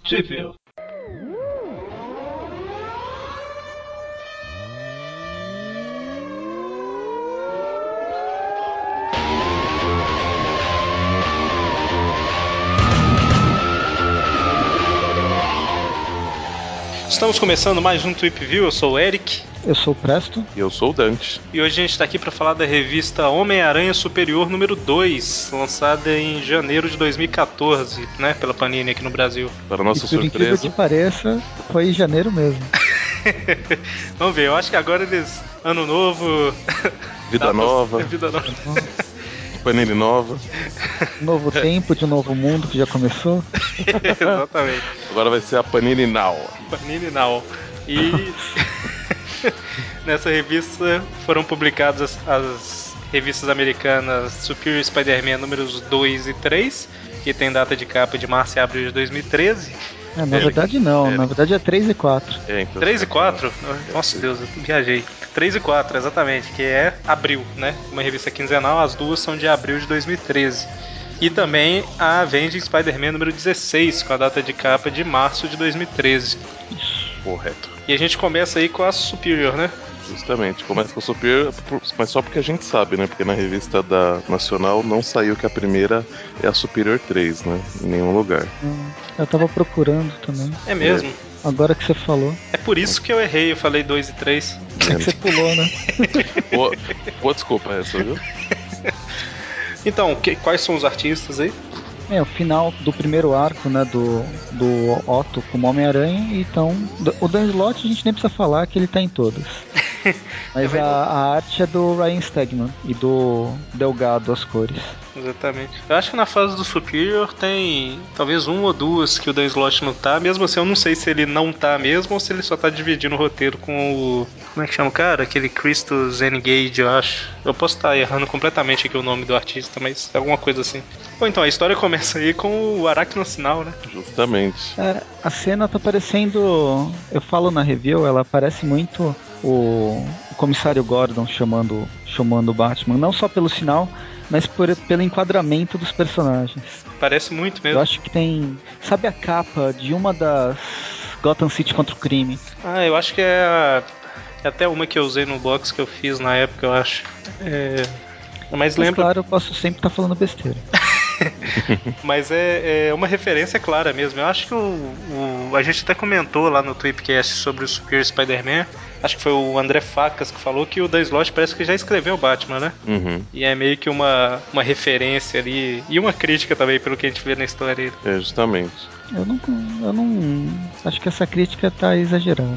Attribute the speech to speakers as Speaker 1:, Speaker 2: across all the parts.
Speaker 1: Tweepville. Estamos começando mais um Tweepville. Eu sou o Eric.
Speaker 2: Eu sou o Presto.
Speaker 3: E eu sou o Dante.
Speaker 1: E hoje a gente está aqui para falar da revista Homem-Aranha Superior número 2, lançada em janeiro de 2014, né, pela Panini aqui no Brasil.
Speaker 3: Para nossa
Speaker 2: surpresa. Por incrível que pareça, foi em janeiro mesmo.
Speaker 1: Vamos ver, eu acho que agora eles... Ano novo...
Speaker 3: Vida nova.
Speaker 1: Vida nova.
Speaker 3: Panini nova.
Speaker 2: Novo tempo de um novo mundo que já começou.
Speaker 1: Exatamente.
Speaker 3: Agora vai ser a Panini Now.
Speaker 1: Panini Now. E nessa revista foram publicadas as revistas americanas Superior Spider-Man números 2 e 3, que tem data de capa de março e abril de 2013.
Speaker 2: Na verdade não, na verdade é 3 e 4.
Speaker 3: Então,
Speaker 1: 3 e 4? Nossa Deus, eu viajei. 3 e 4, exatamente, que é abril, né? Uma revista quinzenal, as duas são de abril de 2013. E também a Avenging Spider-Man número 16, com a data de capa de março de 2013.
Speaker 3: Correto.
Speaker 1: E a gente começa aí com a Superior, né?
Speaker 3: Justamente, começa com o Superior, mas só porque a gente sabe, né? Porque na revista da Nacional não saiu que a primeira é a Superior 3, né? Em nenhum lugar.
Speaker 2: Eu tava procurando também.
Speaker 1: É mesmo?
Speaker 2: Agora que você falou.
Speaker 1: É por isso que eu errei, eu falei 2 e 3.
Speaker 2: É que você pulou, né?
Speaker 3: Boa desculpa essa, viu?
Speaker 1: Então, quais são os artistas aí?
Speaker 2: O final do primeiro arco, né, do Otto como Homem-Aranha, então, o Dan Slott a gente nem precisa falar que ele tá em todas. Mas a arte é do Ryan Stegman e do Delgado, as cores.
Speaker 1: Exatamente. Eu acho que na fase do Superior tem talvez uma ou duas que o Dan Slott não tá. Mesmo assim, eu não sei se ele não tá mesmo ou se ele só tá dividindo o roteiro com o... Como é que chama o cara? Aquele Christos Engage, eu acho. Eu posso estar errando completamente aqui o nome do artista, mas é alguma coisa assim. Bom, então, a história começa aí com o Aracno Sinal, né?
Speaker 3: Justamente.
Speaker 2: A cena tá parecendo... Eu falo na review, ela parece muito o comissário Gordon chamando o Batman. Não só pelo sinal, mas pelo enquadramento dos personagens.
Speaker 1: Parece muito mesmo.
Speaker 2: Eu acho que tem... Sabe a capa de uma das Gotham City contra o crime?
Speaker 1: Ah, eu acho que é até uma que eu usei no box que eu fiz na época, eu acho. Mas lembro...
Speaker 2: claro, eu posso sempre estar falando besteira.
Speaker 1: Mas é uma referência clara mesmo. Eu acho que a gente até comentou lá no Tweepcast sobre o Superior Spider-Man. Acho que foi o André Facas que falou que o Dan Slott parece que já escreveu o Batman, né?
Speaker 3: Uhum.
Speaker 1: E é meio que uma referência ali. E uma crítica também, pelo que a gente vê na história.
Speaker 3: Justamente.
Speaker 2: Eu não... Acho que essa crítica tá exagerada.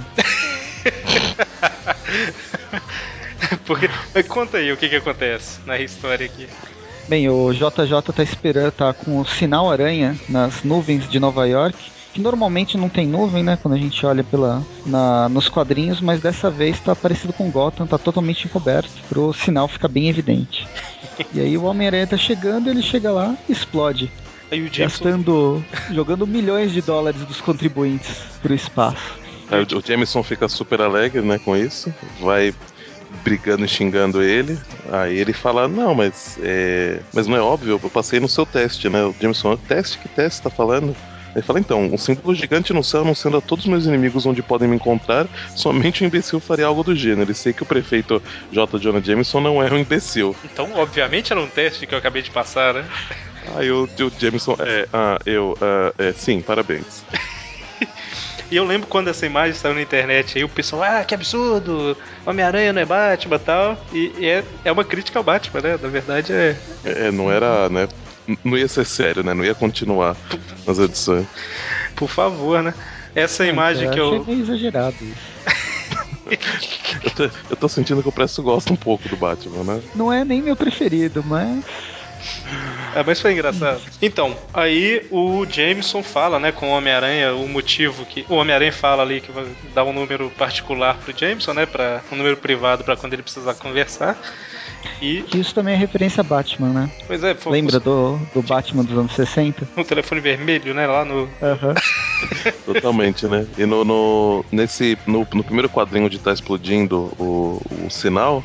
Speaker 1: Mas conta aí o que acontece na história aqui.
Speaker 2: Bem, o JJ tá esperando, tá com o sinal aranha nas nuvens de Nova York, que normalmente não tem nuvem, né, quando a gente olha nos quadrinhos, mas dessa vez tá parecido com Gotham, tá totalmente encoberto, pro sinal ficar bem evidente. E aí o Homem-Aranha tá chegando, ele chega lá e explode.
Speaker 1: Aí o Jameson...
Speaker 2: jogando milhões de dólares dos contribuintes pro espaço.
Speaker 3: Aí o Jameson fica super alegre, né, com isso, vai brigando e xingando ele. Aí ele fala, não, mas não é óbvio, eu passei no seu teste, né? O Jameson, teste? Que teste você tá falando? Ele fala, então, um símbolo gigante no céu anunciando a todos os meus inimigos onde podem me encontrar, somente um imbecil faria algo do gênero. E sei que o prefeito J. Jonah Jameson não é um imbecil.
Speaker 1: Então, obviamente era um teste que eu acabei de passar, né?
Speaker 3: Aí o Jameson, sim, parabéns.
Speaker 1: E eu lembro quando essa imagem saiu na internet, aí o pessoal, que absurdo, Homem-Aranha não é Batman e tal. E é uma crítica ao Batman, né? Na verdade
Speaker 3: não era, né? Não ia ser sério, né? Não ia continuar nas edições.
Speaker 1: Por favor, né? Essa imagem que eu...
Speaker 2: achei meio exagerado isso.
Speaker 3: eu tô sentindo que o Presto gosta um pouco do Batman, né?
Speaker 2: Não é nem meu preferido, mas...
Speaker 1: mas foi engraçado. Então, aí o Jameson fala, né, com o Homem-Aranha o motivo que... O Homem-Aranha fala ali que vai dar um número particular pro Jameson, né, um número privado pra quando ele precisar conversar. E...
Speaker 2: Que isso também é referência a Batman, né?
Speaker 1: Pois é.
Speaker 2: Lembra do Batman dos anos 60?
Speaker 1: Um telefone vermelho, né, lá no...
Speaker 3: Totalmente, né? E no primeiro quadrinho onde tá explodindo o sinal,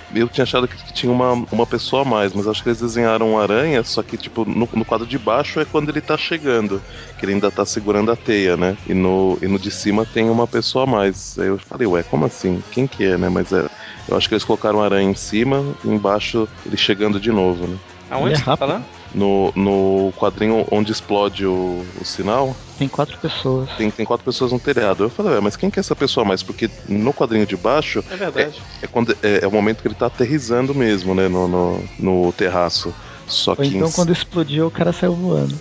Speaker 3: Eu tinha achado que tinha uma pessoa a mais, mas acho que eles desenharam um aranha, só que, tipo, no quadro de baixo é quando ele tá chegando, que ele ainda tá segurando a teia, né? E no de cima tem uma pessoa a mais. Aí eu falei, ué, como assim? Quem que é, né? Mas eu acho que eles colocaram o aranha em cima e embaixo ele chegando de novo, né?
Speaker 1: Aonde você tá falando?
Speaker 3: No quadrinho onde explode o sinal,
Speaker 2: Tem 4 pessoas.
Speaker 3: tem 4 pessoas no telhado. Eu falei, mas quem que é essa pessoa a mais? Porque no quadrinho de baixo
Speaker 1: É verdade.
Speaker 3: é o momento que ele tá aterrissando mesmo, né? No terraço. Só
Speaker 2: Ou
Speaker 3: que
Speaker 2: então quando explodiu o cara saiu voando.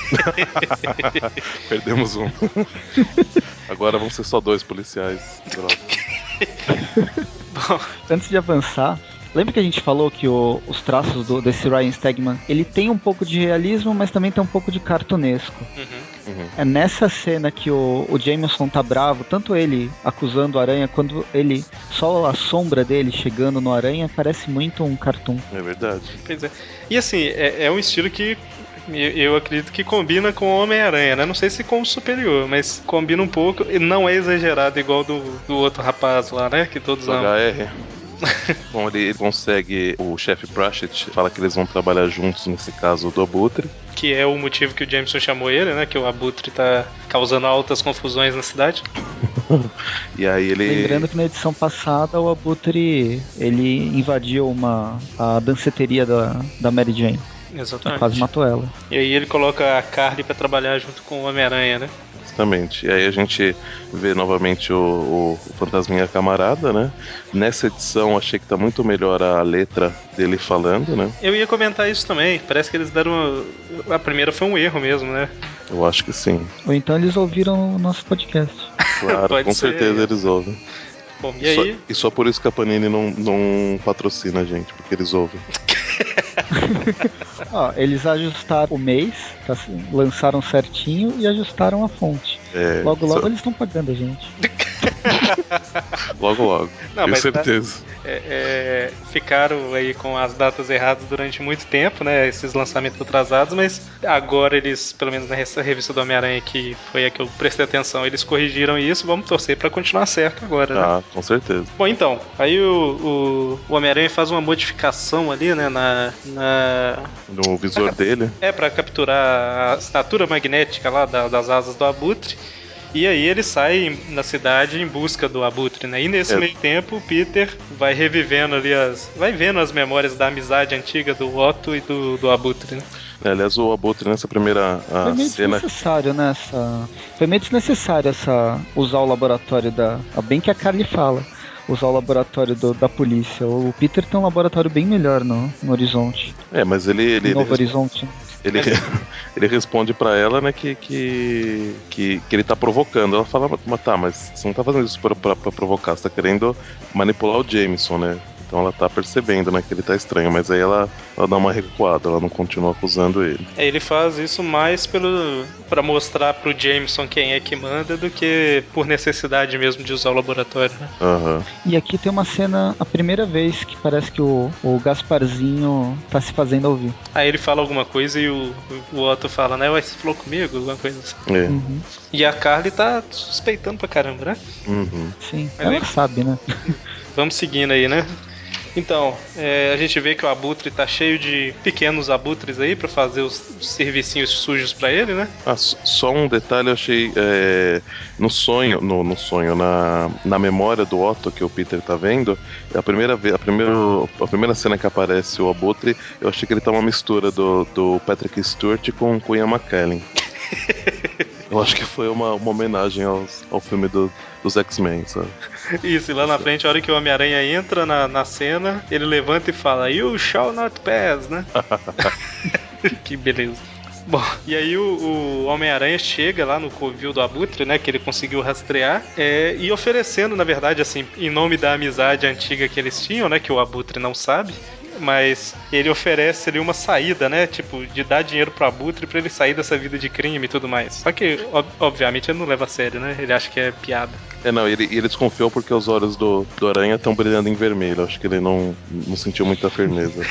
Speaker 3: perdemos um. Agora vão ser só 2 policiais. Droga.
Speaker 1: Bom,
Speaker 2: Antes de avançar, lembra que a gente falou que os traços desse Ryan Stegman, ele tem um pouco de realismo, mas também tem um pouco de cartunesco. É nessa cena que o Jameson tá bravo, tanto ele acusando o Aranha, quanto ele, só a sombra dele chegando no Aranha, parece muito um cartoon.
Speaker 3: É verdade.
Speaker 1: pois é. E assim, é um estilo que eu acredito que combina com o Homem-Aranha, né? Não sei se com o Superior, mas combina um pouco e não é exagerado igual do outro rapaz lá, né? Que todos
Speaker 3: Do
Speaker 1: amam.
Speaker 3: HR. Bom, ele consegue. O chefe Pratchett fala que eles vão trabalhar juntos nesse caso do Abutre.
Speaker 1: Que é o motivo que o Jameson chamou ele, né? Que o Abutre tá causando altas confusões na cidade.
Speaker 3: E aí ele.
Speaker 2: Lembrando que na edição passada o Abutre, ele invadiu a danceteria da Mary Jane.
Speaker 1: Exatamente.
Speaker 2: Quase matou ela.
Speaker 1: E aí ele coloca a Carly pra trabalhar junto com o Homem-Aranha, né?
Speaker 3: Exatamente. E aí a gente vê novamente o Fantasminha Camarada, né? Nessa edição achei que tá muito melhor a letra dele falando, né?
Speaker 1: Eu ia comentar isso também. Parece que eles deram. A primeira foi um erro mesmo, né?
Speaker 3: Eu acho que sim.
Speaker 2: Ou então eles ouviram o nosso podcast.
Speaker 3: Claro,
Speaker 1: Pode
Speaker 3: com
Speaker 1: ser,
Speaker 3: certeza
Speaker 1: é.
Speaker 3: eles ouvem.
Speaker 1: Bom, e aí?
Speaker 3: E só por isso que a Panini não patrocina a gente, porque eles ouvem.
Speaker 2: Ó, eles ajustaram o mês, lançaram certinho e ajustaram a fonte. Logo eles estão pagando a gente.
Speaker 3: Logo.
Speaker 1: Não,
Speaker 3: Tenho
Speaker 1: mas
Speaker 3: certeza.
Speaker 1: ficaram aí com as datas erradas durante muito tempo, né? Esses lançamentos atrasados, mas agora eles, pelo menos nessa revista do Homem-Aranha, que foi a que eu prestei atenção, eles corrigiram isso. Vamos torcer pra continuar certo agora, né?
Speaker 3: Ah, com certeza.
Speaker 1: Bom, então, aí o Homem-Aranha faz uma modificação ali, né,
Speaker 3: No visor dele.
Speaker 1: pra capturar a assinatura magnética lá das asas do Abutre. E aí ele sai na cidade em busca do Abutre, né? E nesse meio tempo o Peter vai revivendo ali vai vendo as memórias da amizade antiga do Otto e do Abutre, né?
Speaker 3: Aliás, o Abutre nessa primeira
Speaker 2: Foi meio
Speaker 3: cena.
Speaker 2: desnecessário, né? Foi meio desnecessário usar o laboratório bem que a Carly fala. Usar o laboratório da polícia. O Peter tem um laboratório bem melhor no Horizonte.
Speaker 3: Mas ele
Speaker 2: Novo Horizonte.
Speaker 3: Ele responde pra ela, né, que ele tá provocando. Ela fala, mas você não tá fazendo isso pra provocar, você tá querendo manipular o Jameson, né? Então ela tá percebendo, né, que ele tá estranho, mas aí ela dá uma recuada, ela não continua acusando ele.
Speaker 1: Ele faz isso mais pra mostrar pro Jameson quem é que manda do que por necessidade mesmo de usar o laboratório, né?
Speaker 3: Uhum.
Speaker 2: E aqui tem uma cena, a primeira vez que parece que o Gasparzinho tá se fazendo ouvir.
Speaker 1: Aí ele fala alguma coisa e o Otto fala, né? Ué, você falou comigo? Alguma coisa assim.
Speaker 2: Uhum.
Speaker 1: E a Carly tá suspeitando pra caramba, né?
Speaker 3: Uhum.
Speaker 2: Sim,
Speaker 1: Mas
Speaker 2: ela
Speaker 1: aí,
Speaker 2: sabe, né?
Speaker 1: vamos seguindo aí, né? Então, a gente vê que o Abutre tá cheio de pequenos abutres aí pra fazer os servicinhos sujos pra ele, né?
Speaker 3: Só um detalhe eu achei no sonho, na memória do Otto que o Peter tá vendo, a primeira cena que aparece o Abutre, eu achei que ele tá uma mistura do Patrick Stewart com o Ian McKellen. Eu acho que foi uma homenagem ao filme dos X-Men, sabe?
Speaker 1: Isso, e lá na frente, a hora que o Homem-Aranha entra na cena, ele levanta e fala, You shall not pass, né? Que beleza. Bom, e aí o Homem-Aranha chega lá no covil do Abutre, né, que ele conseguiu rastrear, e oferecendo, na verdade, assim, em nome da amizade antiga que eles tinham, né, que o Abutre não sabe, mas ele oferece ali uma saída, né, tipo, de dar dinheiro pro Abutre pra ele sair dessa vida de crime e tudo mais. Só que, obviamente, ele não leva a sério, né, ele acha que é piada.
Speaker 3: Não, ele desconfiou porque os olhos do Aranha estão brilhando em vermelho, acho que ele não sentiu muita firmeza.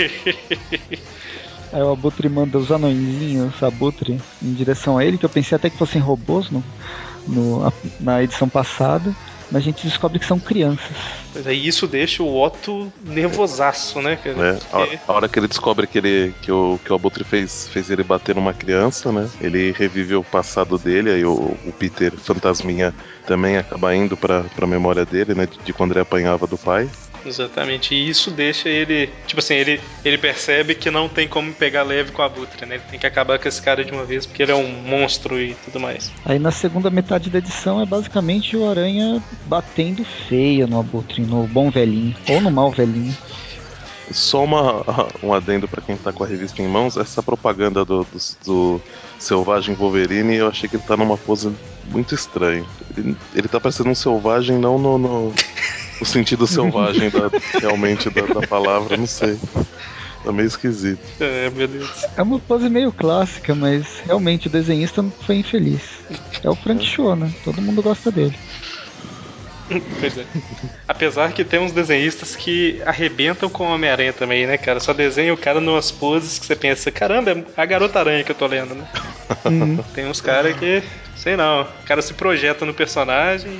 Speaker 2: Aí o Abutre manda os anõezinhos, Abutre, em direção a ele, que eu pensei até que fossem robôs na edição passada. mas a gente descobre que são crianças.
Speaker 1: Pois é, e isso deixa o Otto nervosaço, né, cara?
Speaker 3: A hora que ele descobre que o Abutre fez ele bater numa criança, né? Ele revive o passado dele, aí o Peter fantasminha também acaba indo pra memória dele, né? De quando ele apanhava do pai.
Speaker 1: Exatamente, e isso deixa ele, tipo assim, ele percebe que não tem como pegar leve com o Abutre, né? Ele tem que acabar com esse cara de uma vez, porque ele é um monstro e tudo mais.
Speaker 2: Aí na segunda metade da edição é basicamente o Aranha batendo feio no Abutre, no bom velhinho, ou no mal velhinho.
Speaker 3: Só um adendo pra quem tá com a revista em mãos, essa propaganda do Selvagem Wolverine, eu achei que ele tá numa pose muito estranha. Ele tá parecendo um selvagem, não no sentido selvagem realmente da palavra, não sei. Tá meio esquisito.
Speaker 1: É, meu Deus.
Speaker 2: É uma pose meio clássica, mas realmente o desenhista não foi infeliz. É o Frank Cho, né? Todo mundo gosta dele.
Speaker 1: Pois é. Apesar que tem uns desenhistas que arrebentam com o Homem-Aranha também, né, cara? Só desenha o cara numas poses que você pensa, caramba, é a Garota Aranha que eu tô lendo, né? Tem uns caras que, sei não, o cara se projeta no personagem.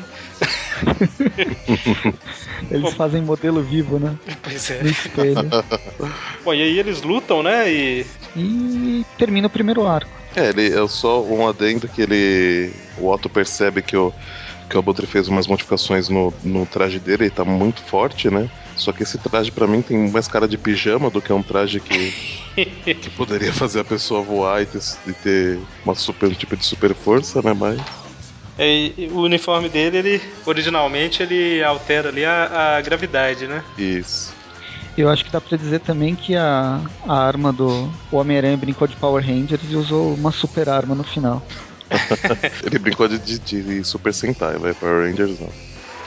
Speaker 2: Eles fazem modelo vivo, né?
Speaker 1: Pois é.
Speaker 2: No espelho.
Speaker 1: Bom, e aí eles lutam, né?
Speaker 2: E termina o primeiro arco.
Speaker 3: Ele é só um adendo que o Otto percebe que o Abutre fez umas modificações no traje dele, ele tá muito forte, né? Só que esse traje pra mim tem mais cara de pijama do que um traje que poderia fazer a pessoa voar e ter um tipo de super força, né? Mas
Speaker 1: O uniforme dele, originalmente, ele altera ali a gravidade, né?
Speaker 3: isso.
Speaker 2: Eu acho que dá pra dizer também que a arma do Homem-Aranha brincou de Power Rangers e usou uma super arma no final.
Speaker 3: Ele brincou de Super Sentai, vai, Power Rangers não.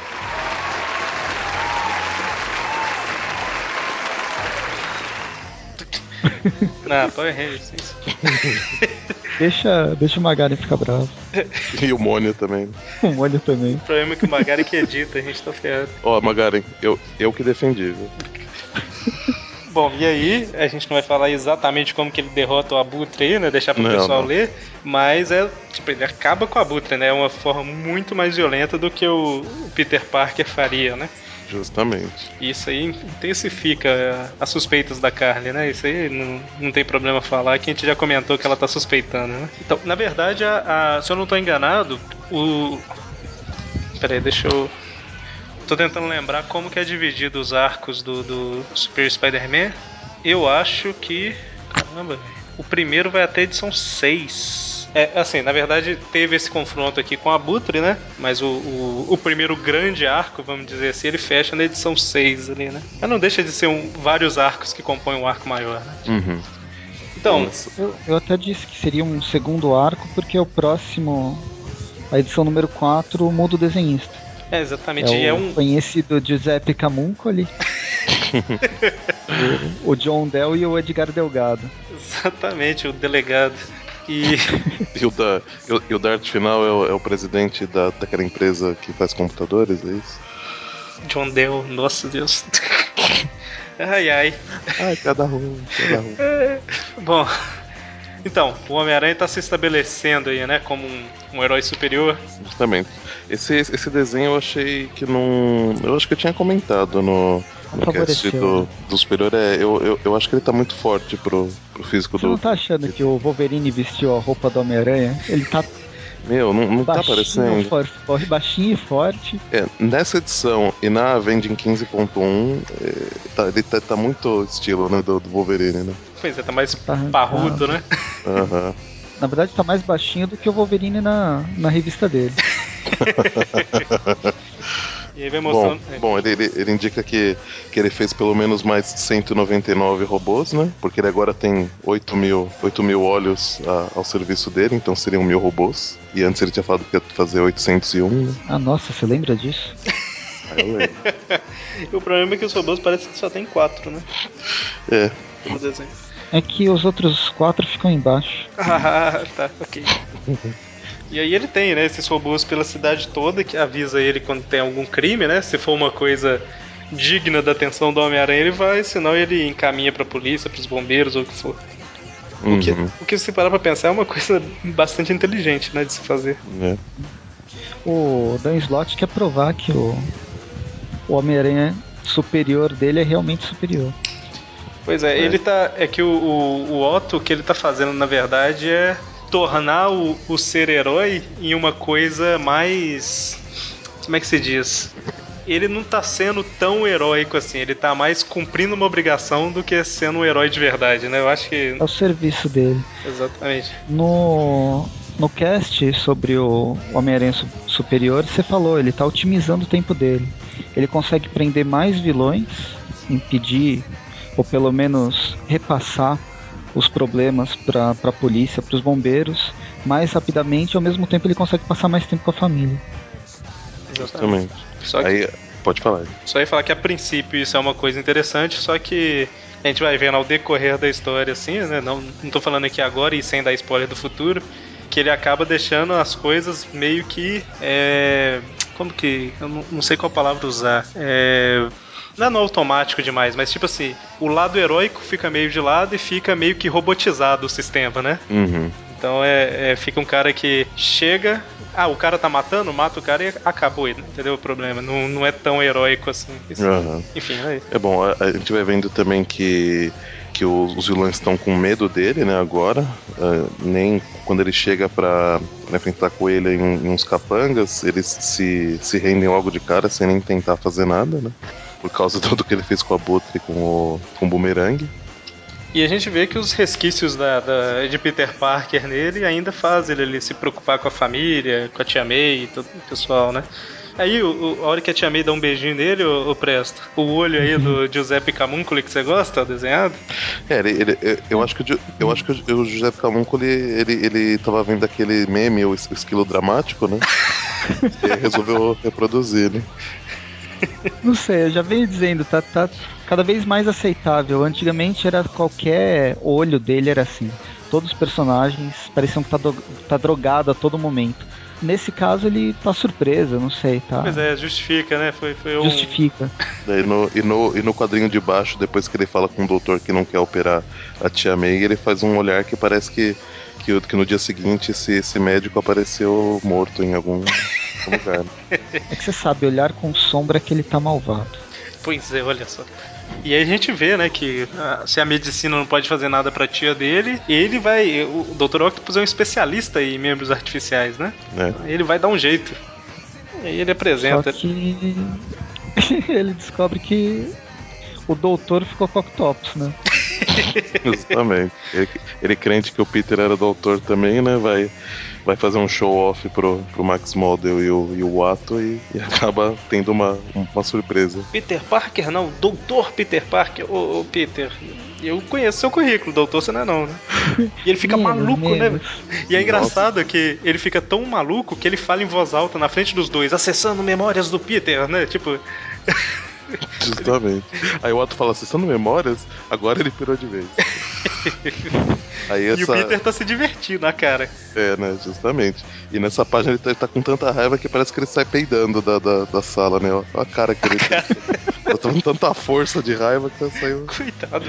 Speaker 1: Não, Power Rangers, isso.
Speaker 2: Deixa o Magari ficar bravo.
Speaker 3: E o Mônio também.
Speaker 2: O Molho também.
Speaker 1: O problema é que o Magari que edita, a gente tá ferrado.
Speaker 3: Ó, Magaren, eu que defendi, viu?
Speaker 1: Bom, e aí, a gente não vai falar exatamente como que ele derrota o Abutre aí, né? Deixar pro pessoal ler, mas tipo, ele acaba com o Abutre, né? É uma forma muito mais violenta do que o Peter Parker faria, né?
Speaker 3: Justamente.
Speaker 1: Isso aí intensifica as suspeitas da Carly, né? Isso aí não tem problema falar, que a gente já comentou que ela tá suspeitando, né? Então, na verdade, se eu não tô enganado, Peraí, deixa eu... Tô tentando lembrar como que é dividido os arcos do Super Spider-Man. Eu acho que... Caramba, velho. O primeiro vai até a edição 6. Assim, na verdade teve esse confronto aqui com a Abutre, né? Mas o primeiro grande arco, vamos dizer assim, ele fecha na edição 6 ali, né? Mas não deixa de ser vários arcos que compõem um arco maior, né?
Speaker 3: Uhum.
Speaker 1: Então...
Speaker 2: Eu até disse que seria um segundo arco, porque o próximo, a edição número 4, muda o desenhista.
Speaker 1: Exatamente.
Speaker 2: É o conhecido Giuseppe Camuncoli, o John Dell e o Edgar Delgado.
Speaker 1: Exatamente, o delegado. E
Speaker 3: o Dart Final é o presidente daquela empresa que faz computadores, é isso?
Speaker 1: John Dell, nossa Deus. Ai, ai.
Speaker 3: Ai, cada ruim.
Speaker 1: Bom, então, o Homem-Aranha tá se estabelecendo aí, né, como um herói superior.
Speaker 3: Justamente. Esse desenho eu achei que não... Eu acho que eu tinha comentado no cast do Superior. Eu acho que ele tá muito forte pro físico
Speaker 2: Você não tá achando que o Wolverine vestiu a roupa do Homem-Aranha? Ele tá...
Speaker 3: Meu, não tá parecendo.
Speaker 2: Baixinho e forte.
Speaker 3: Nessa edição e na Avenging 15.1, ele tá muito estilo, né, do Wolverine, né?
Speaker 1: Pois é, tá mais parrudo, né?
Speaker 3: Aham.
Speaker 2: Na verdade, tá mais baixinho do que o Wolverine na revista dele.
Speaker 1: E aí vai mostrando...
Speaker 3: Bom, ele indica que ele fez pelo menos mais 199 robôs, né? Porque ele agora tem 8 mil olhos ao serviço dele, então seriam 1.000 robôs. E antes ele tinha falado que ia fazer 801, né?
Speaker 2: Ah, nossa, você lembra disso?
Speaker 3: Eu lembro.
Speaker 1: O problema é que os robôs parecem que só tem 4, né? Pelo desenho.
Speaker 2: É que os outros 4 ficam embaixo.
Speaker 1: Ah, tá, ok. E aí ele tem, né, esses robôs pela cidade toda que avisa ele quando tem algum crime, né? Se for uma coisa digna da atenção do Homem-Aranha, ele vai, senão ele encaminha pra polícia, pros bombeiros ou o que for. O que se parar pra pensar é uma coisa bastante inteligente, né, de se fazer.
Speaker 2: o Dan Slott quer provar que o Homem-Aranha superior dele é realmente superior.
Speaker 1: Pois é, ele tá. É que o Otto, o que ele tá fazendo, na verdade, é tornar o ser herói em uma coisa mais. Como é que se diz? Ele não tá sendo tão heróico assim, ele tá mais cumprindo uma obrigação do que sendo um herói de verdade, né? Eu acho que.
Speaker 2: É o serviço dele.
Speaker 1: Exatamente.
Speaker 2: No cast sobre o Homem-Aranha Superior, você falou, ele tá otimizando o tempo dele. Ele consegue prender mais vilões, impedir, ou pelo menos repassar os problemas para a polícia, para os bombeiros, mais rapidamente, e ao mesmo tempo ele consegue passar mais tempo com a família.
Speaker 3: Justamente.
Speaker 1: Só que,
Speaker 3: aí, pode falar.
Speaker 1: só ia falar que a princípio isso é uma coisa interessante, só que a gente vai vendo ao decorrer da história, assim, né? Não tô falando aqui agora e sem dar spoiler do futuro, que ele acaba deixando as coisas meio que. Como que. Eu não sei qual palavra usar. Não é no automático demais, mas tipo assim, o lado heróico fica meio de lado e fica meio que robotizado o sistema, né?
Speaker 3: Uhum.
Speaker 1: Então fica um cara que chega, o cara tá matando, mata o cara e acabou, entendeu o problema? Não é tão heróico assim.
Speaker 3: Uhum.
Speaker 1: Enfim, é isso.
Speaker 3: É bom, a gente vai vendo também que os vilões estão com medo dele, né, agora. Nem quando ele chega pra enfrentar com ele em uns capangas, eles se rendem logo de cara, sem nem tentar fazer nada, né? Por causa do que ele fez com a Abutre e com o Boomerang.
Speaker 1: E a gente vê que os resquícios de Peter Parker nele ainda fazem ele se preocupar com a família, com a Tia May e todo o pessoal, né? Aí, a hora que a Tia May dá um beijinho nele, ô Presto, o olho aí do Giuseppe Camuncoli que você gosta, desenhado?
Speaker 3: Eu acho que o José Camuncoli, ele tava vendo aquele meme, o esquilo dramático, né? E resolveu reproduzir, né?
Speaker 2: Não sei, eu já venho dizendo, tá cada vez mais aceitável. Antigamente era qualquer olho dele era assim. Todos os personagens pareciam que tá drogado a todo momento. Nesse caso ele tá surpreso, não sei, tá?
Speaker 1: Pois é, justifica, né? Foi
Speaker 2: Justifica.
Speaker 3: E no quadrinho de baixo, depois que ele fala com o doutor que não quer operar a Tia May, ele faz um olhar que parece que no dia seguinte esse médico apareceu morto em algum lugar.
Speaker 2: É que você sabe, olhar com sombra que ele tá malvado.
Speaker 1: Pois é, olha só. E aí a gente vê, né, que se a medicina não pode fazer nada pra tia dele, ele vai. O Dr. Octopus é um especialista em membros artificiais, né?
Speaker 3: É.
Speaker 1: Ele vai dar um jeito. E aí ele apresenta.
Speaker 2: Só que ele descobre que o doutor ficou com Octopus, né?
Speaker 3: Justamente. Ele crente que o Peter era doutor também, né? Vai fazer um show-off pro Max Model e o Watto e acaba tendo uma surpresa.
Speaker 1: Peter Parker não, Doutor Peter Parker. Ô Peter, eu conheço seu currículo, doutor você não é não, né? E ele fica maluco, né? E é engraçado que ele fica tão maluco que ele fala em voz alta na frente dos dois, acessando memórias do Peter, né? Tipo...
Speaker 3: Justamente. Aí o Otto fala, acessando memórias, agora ele pirou de vez.
Speaker 1: E o Peter tá se divertindo, a cara.
Speaker 3: Né, justamente. E nessa página ele tá com tanta raiva que parece que ele sai peidando da sala, né? Olha a cara que ele tem. Tá com tanta força de raiva que tá saindo.
Speaker 1: Coitado.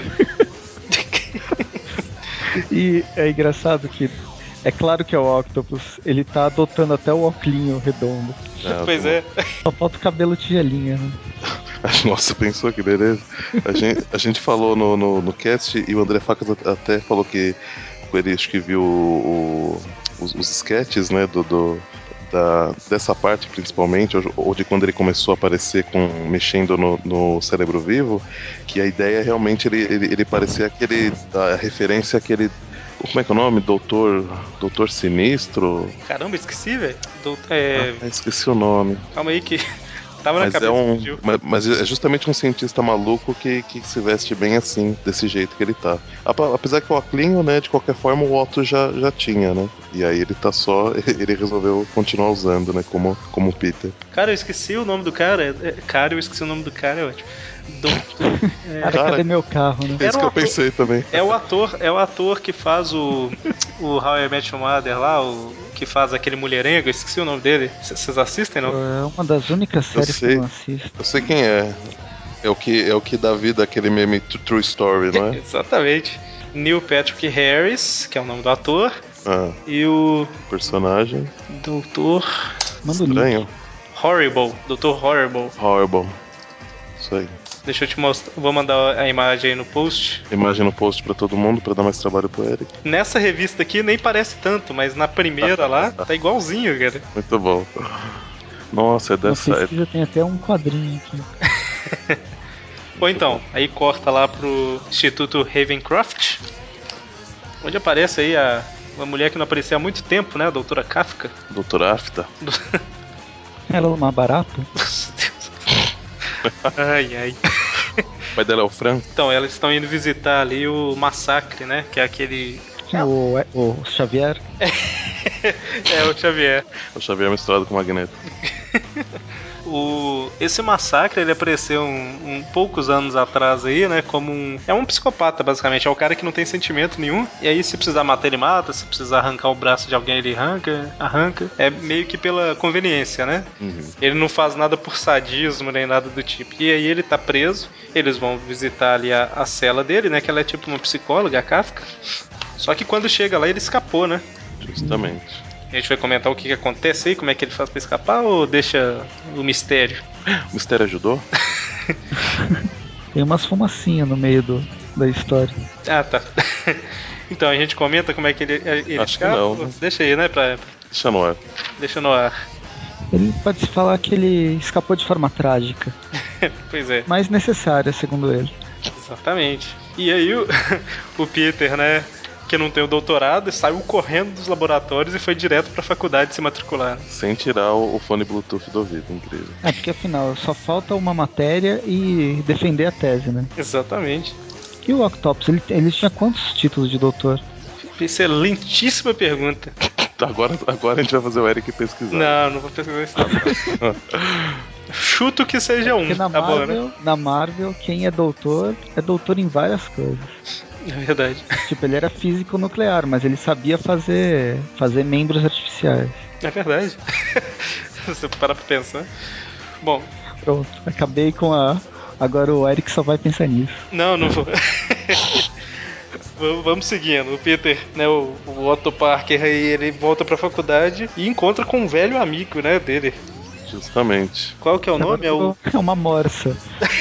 Speaker 2: E é engraçado que é claro que é o Octopus, ele tá adotando até o óculinho redondo.
Speaker 1: Pois é.
Speaker 2: Só falta o cabelo tigelinha, né?
Speaker 3: Nossa, pensou que beleza. A gente falou no cast e o André Facas até falou que ele acho que viu os sketches, né, dessa parte principalmente, ou de quando ele começou a aparecer mexendo no cérebro vivo, que a ideia é realmente ele parecer a referência àquele, como é que é o nome? Doutor Sinistro?
Speaker 1: Caramba, esqueci, velho.
Speaker 3: Esqueci o nome.
Speaker 1: Calma aí que tava na cabeça.
Speaker 3: Mas é justamente um cientista maluco que se veste bem assim, desse jeito que ele tá. Apesar que o Oclinho, né, de qualquer forma, o Otto já tinha, né? E aí ele tá só. Ele resolveu continuar usando, né? Como Peter.
Speaker 1: Cara, eu esqueci o nome do cara. Cara, eu esqueci o nome do cara, é ótimo.
Speaker 2: Cara, cadê meu carro, né?
Speaker 3: É isso que eu pensei também.
Speaker 1: É o ator que faz o How I Met Your Mother lá, o que faz aquele mulherengo, eu esqueci o nome dele. Vocês assistem, não?
Speaker 2: É uma das únicas séries que eu não assisto.
Speaker 3: Eu sei quem é. É o que dá vida àquele meme True Story, não é?
Speaker 1: Exatamente. Neil Patrick Harris, que é o nome do ator.
Speaker 3: Ah,
Speaker 1: e o
Speaker 3: personagem.
Speaker 1: Doutor
Speaker 2: Manda o link.
Speaker 3: Estranho.
Speaker 1: Horrible, Dr. Horrible.
Speaker 3: Horrible. Isso aí.
Speaker 1: Deixa eu te mostrar, vou mandar a imagem aí no post.
Speaker 3: Imagem no post pra todo mundo, pra dar mais trabalho pro Eric.
Speaker 1: Nessa revista aqui nem parece tanto, mas na primeira lá tá igualzinho, cara.
Speaker 3: Muito bom. Nossa, é
Speaker 2: Na
Speaker 3: dessa época.
Speaker 2: pesquisa tem até um quadrinho aqui.
Speaker 1: Bom, então, aí corta lá pro Instituto Ravencroft, onde aparece aí uma mulher que não aparecia há muito tempo, né? A doutora Kafka.
Speaker 3: Doutora Afta.
Speaker 2: Ela é uma barata?
Speaker 1: Nossa, Deus. Ai, ai.
Speaker 3: O pai dela é o Fran.
Speaker 1: Então, elas estão indo visitar ali o massacre, né? Que é aquele...
Speaker 2: O Xavier?
Speaker 1: É, o Xavier.
Speaker 3: O Xavier misturado com o Magneto.
Speaker 1: Esse massacre, ele apareceu poucos anos atrás aí, né, como é um psicopata, basicamente, é o cara que não tem sentimento nenhum, e aí se precisar matar ele mata, se precisar arrancar o braço de alguém ele arranca, é meio que pela conveniência, né?
Speaker 3: Uhum.
Speaker 1: Ele não faz nada por sadismo nem nada do tipo, e aí ele tá preso, eles vão visitar ali a cela dele, né, que ela é tipo uma psicóloga, a Kafka, só que quando chega lá ele escapou, né?
Speaker 3: Justamente.
Speaker 1: A gente vai comentar o que acontece aí, como é que ele faz pra escapar, ou deixa o mistério?
Speaker 3: O mistério ajudou?
Speaker 2: Tem umas fumacinhas no meio da história.
Speaker 1: Ah, tá. Então, a gente comenta como é que ele
Speaker 3: Acho que
Speaker 1: escapa?
Speaker 3: não, né?
Speaker 1: Deixa aí, né?
Speaker 3: Deixa no ar.
Speaker 1: Deixa no ar.
Speaker 2: Ele pode se falar que ele escapou de forma trágica,
Speaker 1: Pois é,
Speaker 2: mas necessária, segundo ele.
Speaker 1: exatamente. E aí o Peter, né? Que não tem o doutorado, saiu correndo dos laboratórios e foi direto pra faculdade se matricular.
Speaker 3: Sem tirar o fone Bluetooth do ouvido, incrível.
Speaker 2: É, porque afinal, só falta uma matéria e defender a tese, né?
Speaker 1: Exatamente.
Speaker 2: E o Octopus, ele tinha quantos títulos de doutor?
Speaker 1: Excelentíssima pergunta.
Speaker 3: Agora a gente vai fazer o Eric pesquisar.
Speaker 1: Não vou pesquisar isso não. Chuto que seja
Speaker 2: Porque na
Speaker 1: tá bom, né?
Speaker 2: Na Marvel, quem é doutor em várias coisas.
Speaker 1: É verdade.
Speaker 2: Tipo, ele era físico nuclear, mas ele sabia fazer membros artificiais.
Speaker 1: É verdade. Se você parar pra pensar. Bom,
Speaker 2: Pronto, acabei com a... Agora o Eric só vai pensar nisso.
Speaker 1: não vou. Vamos seguindo. O Peter, né, o Otto Parker, aí ele volta pra faculdade e encontra com um velho amigo, né, dele.
Speaker 3: Justamente.
Speaker 1: Qual que é o nome?
Speaker 2: É uma morsa.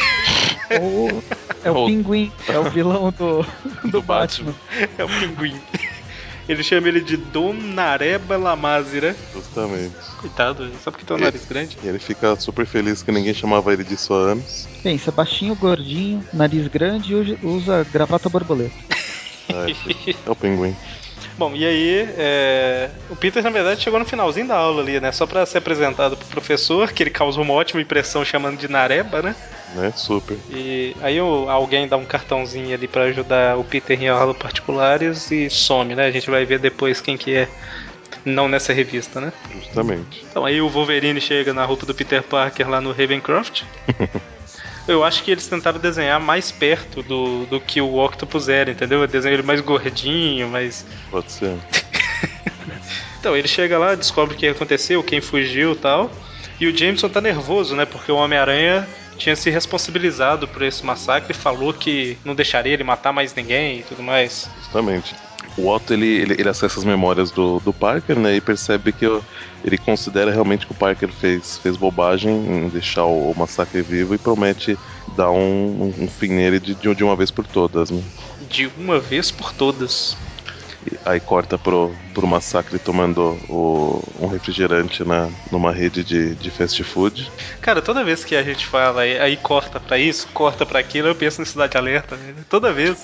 Speaker 2: É o Pinguim, é o vilão do Batman.
Speaker 1: É o Pinguim. Ele chama ele de Dom Nareba Lamazira.
Speaker 3: Justamente.
Speaker 1: Coitado, só porque tem um nariz grande.
Speaker 3: E ele fica super feliz que ninguém chamava ele disso há anos.
Speaker 2: Pensa, baixinho, gordinho, nariz grande e usa gravata borboleta.
Speaker 3: É o Pinguim.
Speaker 1: Bom, e aí, o Peter, na verdade, chegou no finalzinho da aula ali, né? Só pra ser apresentado pro professor, que ele causou uma ótima impressão chamando de Nareba, né?
Speaker 3: Né? Super.
Speaker 1: E aí alguém dá um cartãozinho ali pra ajudar o Peter em aulas particulares e some, né? A gente vai ver depois quem que é, não nessa revista, né?
Speaker 3: Justamente.
Speaker 1: Então aí o Wolverine chega na roupa do Peter Parker lá no Ravencroft. Eu acho que eles tentaram desenhar mais perto do que o Octopus era, entendeu? Desenhar ele mais gordinho, mais...
Speaker 3: Pode ser.
Speaker 1: Então, ele chega lá, descobre o que aconteceu, quem fugiu e tal. E o Jameson tá nervoso, né? Porque o Homem-Aranha tinha se responsabilizado por esse massacre e falou que não deixaria ele matar mais ninguém e tudo mais.
Speaker 3: Justamente. O Otto, ele acessa as memórias do Parker, né, e percebe que ele considera realmente que o Parker fez bobagem em deixar o massacre vivo e promete dar um fim nele de uma vez por todas, né.
Speaker 1: De uma vez por todas.
Speaker 3: E aí corta pro massacre tomando um refrigerante numa rede de fast food.
Speaker 1: Cara, toda vez que a gente fala aí corta pra isso, corta pra aquilo, eu penso em Cidade Alerta, né? Toda vez.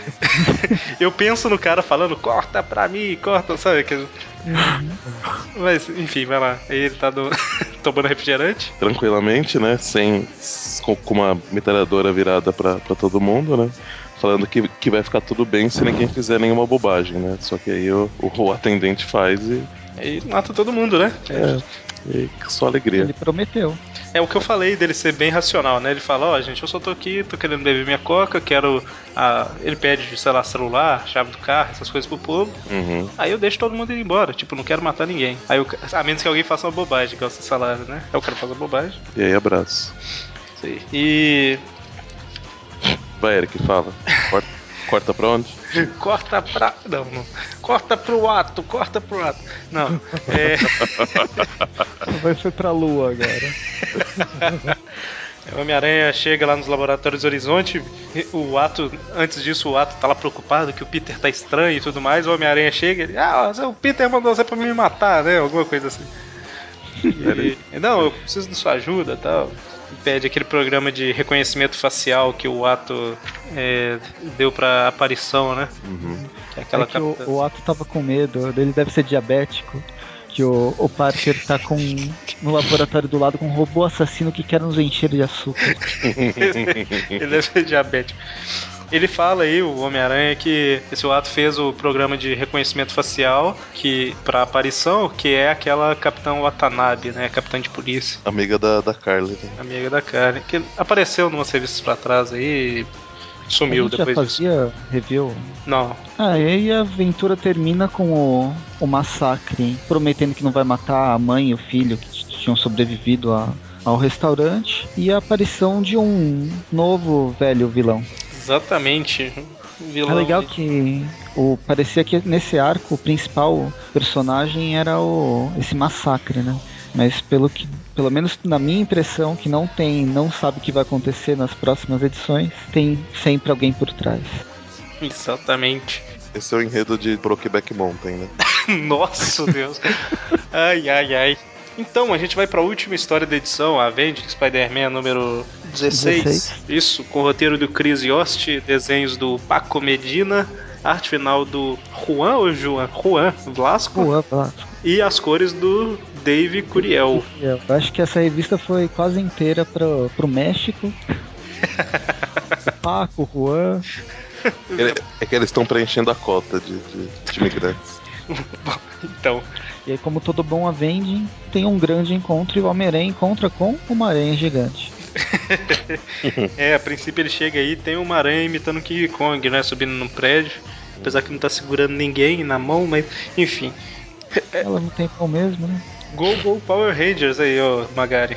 Speaker 1: Eu penso no cara falando, corta pra mim, corta, sabe? Mas, enfim, vai lá. Aí ele tá tomando refrigerante.
Speaker 3: Tranquilamente, né, com uma metralhadora virada pra todo mundo, né. Falando que vai ficar tudo bem se ninguém fizer nenhuma bobagem, né? Só que aí o atendente faz e
Speaker 1: Aí mata todo mundo, né?
Speaker 3: e só alegria.
Speaker 2: Ele prometeu.
Speaker 1: É o que eu falei dele ser bem racional, né? Ele fala, ó, gente, eu só tô aqui, tô querendo beber minha coca, quero... Ele pede, sei lá, celular, chave do carro, essas coisas pro povo.
Speaker 3: Uhum.
Speaker 1: Aí eu deixo todo mundo ir embora, tipo, não quero matar ninguém. Aí a menos que alguém faça uma bobagem, igual esse salário, né? Aí o cara faz uma bobagem.
Speaker 3: E aí, abraço.
Speaker 1: Isso aí. E...
Speaker 3: Vai, Eric, fala. Corta pra onde?
Speaker 1: Corta pra... Não. Corta pro ato. Não,
Speaker 2: Vai ser pra lua agora.
Speaker 1: O Homem-Aranha chega lá nos laboratórios Horizonte, antes disso o Ato tá lá preocupado que o Peter tá estranho e tudo mais, o Homem-Aranha chega e ele, o Peter mandou você pra me matar, né, alguma coisa assim. Não, eu preciso de sua ajuda e tal. Pede aquele programa de reconhecimento facial que o Ato deu pra aparição, né?
Speaker 3: Uhum.
Speaker 1: Que é aquela
Speaker 2: o Ato tava com medo, ele deve ser diabético. Que o Parker tá no laboratório do lado com um robô assassino que quer nos encher de açúcar.
Speaker 1: Ele deve ser diabético. Ele fala aí, o Homem-Aranha, que esse Ato fez o programa de reconhecimento facial pra aparição, que é aquela Capitã Watanabe, né? Capitã de polícia.
Speaker 3: Amiga da Carly, né?
Speaker 1: Amiga da Carly. Que apareceu numas revistas pra trás aí. Sumiu depois disso.
Speaker 2: Já fazia review?
Speaker 1: Não.
Speaker 2: E aí a aventura termina com o massacre, prometendo que não vai matar a mãe e o filho que tinham sobrevivido ao restaurante, e a aparição de um novo velho vilão.
Speaker 1: Exatamente. Vilão.
Speaker 2: É legal que parecia que nesse arco o principal personagem era esse massacre, né? Mas pelo menos na minha impressão, que não sabe o que vai acontecer nas próximas edições, tem sempre alguém por trás.
Speaker 1: Exatamente.
Speaker 3: Esse é o enredo de Brokeback Mountain, né?
Speaker 1: Nossa, Deus. Ai. Então, a gente vai para a última história da edição, a Avenging Spider-Man número 16. Isso, com o roteiro do Chris Yost, desenhos do Paco Medina, arte final do Juan Blasco. E as cores do Dave Curiel.
Speaker 2: Eu acho que essa revista foi quase inteira pro México. Paco, Juan.
Speaker 3: É que eles estão preenchendo a cota de imigrantes.
Speaker 1: Então.
Speaker 2: E aí, como todo bom Avenging, tem um grande encontro e o Homem-Aranha encontra com uma aranha gigante.
Speaker 1: A princípio ele chega aí e tem uma aranha imitando o King Kong, né? Subindo num prédio. Apesar que não tá segurando ninguém na mão, mas enfim.
Speaker 2: Ela não tem mão mesmo, né?
Speaker 1: Go Power Rangers aí, ó, Magari.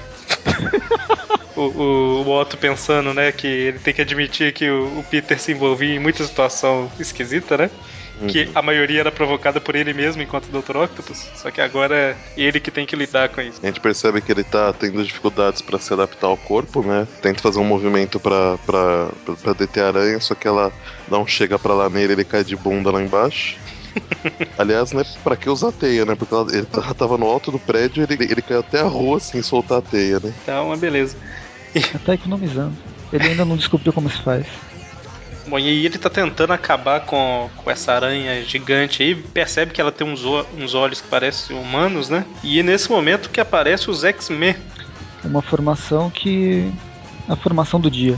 Speaker 1: O Otto pensando, né, que ele tem que admitir que o Peter se envolvia em muita situação esquisita, né? Que a maioria era provocada por ele mesmo enquanto Dr. Octopus, só que agora é ele que tem que lidar com isso.
Speaker 3: A gente percebe que ele tá tendo dificuldades pra se adaptar ao corpo, né? Tenta fazer um movimento pra deter a aranha, só que ela dá um chega pra lá nele, ele cai de bunda lá embaixo. Aliás, né, pra que usar a teia, né? Porque ele tava no alto do prédio, ele caiu até a rua sem soltar a teia, né?
Speaker 1: Tá uma beleza.
Speaker 2: Tá economizando. Ele ainda não descobriu como se faz.
Speaker 1: Bom, e aí ele tá tentando acabar com essa aranha gigante aí, percebe que ela tem uns olhos que parecem humanos, né? E é nesse momento que aparece os X-Men.
Speaker 2: Uma formação a formação do dia.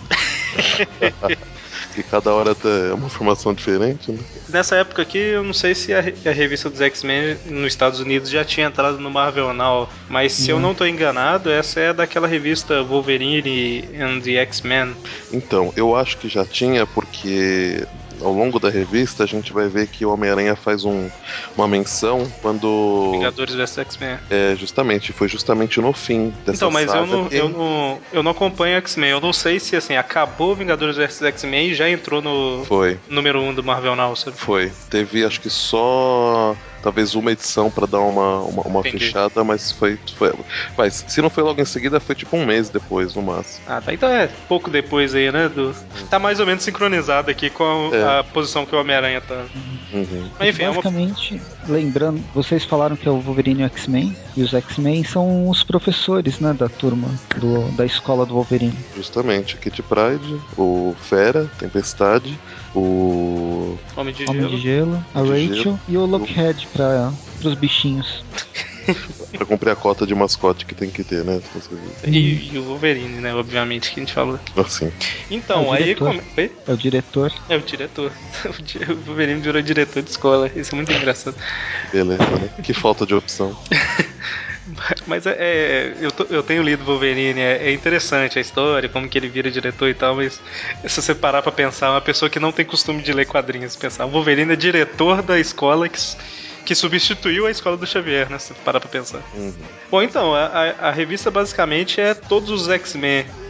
Speaker 3: E cada hora é uma formação diferente, né?
Speaker 1: Nessa época aqui, eu não sei se a revista dos X-Men nos Estados Unidos já tinha entrado no Marvel Now, mas se eu não tô enganado, essa é daquela revista Wolverine and the X-Men.
Speaker 3: Então, eu acho que já tinha, porque ao longo da revista a gente vai ver que o Homem-Aranha faz uma menção quando...
Speaker 1: Vingadores vs X-Men.
Speaker 3: Foi justamente no fim dessa
Speaker 1: então, mas
Speaker 3: saga.
Speaker 1: eu não acompanho X-Men. Eu não sei se assim, acabou Vingadores vs X-Men e já entrou no número 1 do Marvel Now, sabe?
Speaker 3: Foi. Teve acho que só talvez uma edição pra dar uma fechada, mas mas se não foi logo em seguida, foi tipo um mês depois, no máximo.
Speaker 1: Ah, tá. Então é pouco depois aí, né? Tá mais ou menos sincronizado aqui com a posição que o Homem-Aranha tá.
Speaker 2: Mas enfim, basicamente, lembrando, vocês falaram que é o Wolverine e o X-Men, e os X-Men são os professores, né, da turma da escola do Wolverine.
Speaker 3: Justamente, Kitty Pryde, o Fera, Tempestade, o
Speaker 1: Homem de
Speaker 2: Gelo, a Rachel e o Lockheed pros bichinhos.
Speaker 3: Pra cumprir a cota de mascote que tem que ter, né?
Speaker 1: E o Wolverine, né? Obviamente, que a gente falou.
Speaker 3: Assim.
Speaker 1: Então, aí...
Speaker 2: É o diretor.
Speaker 1: É o diretor. O Wolverine virou diretor de escola. Isso é muito engraçado.
Speaker 3: Beleza, né? Que falta de opção.
Speaker 1: Mas eu tenho lido Wolverine, é interessante a história, como que ele vira diretor e tal, mas se você parar pra pensar, uma pessoa que não tem costume de ler quadrinhos, pensar, o Wolverine é diretor da escola que substituiu a escola do Xavier, né? Se você parar pra pensar. Bom, então, a revista basicamente é todos os X-Men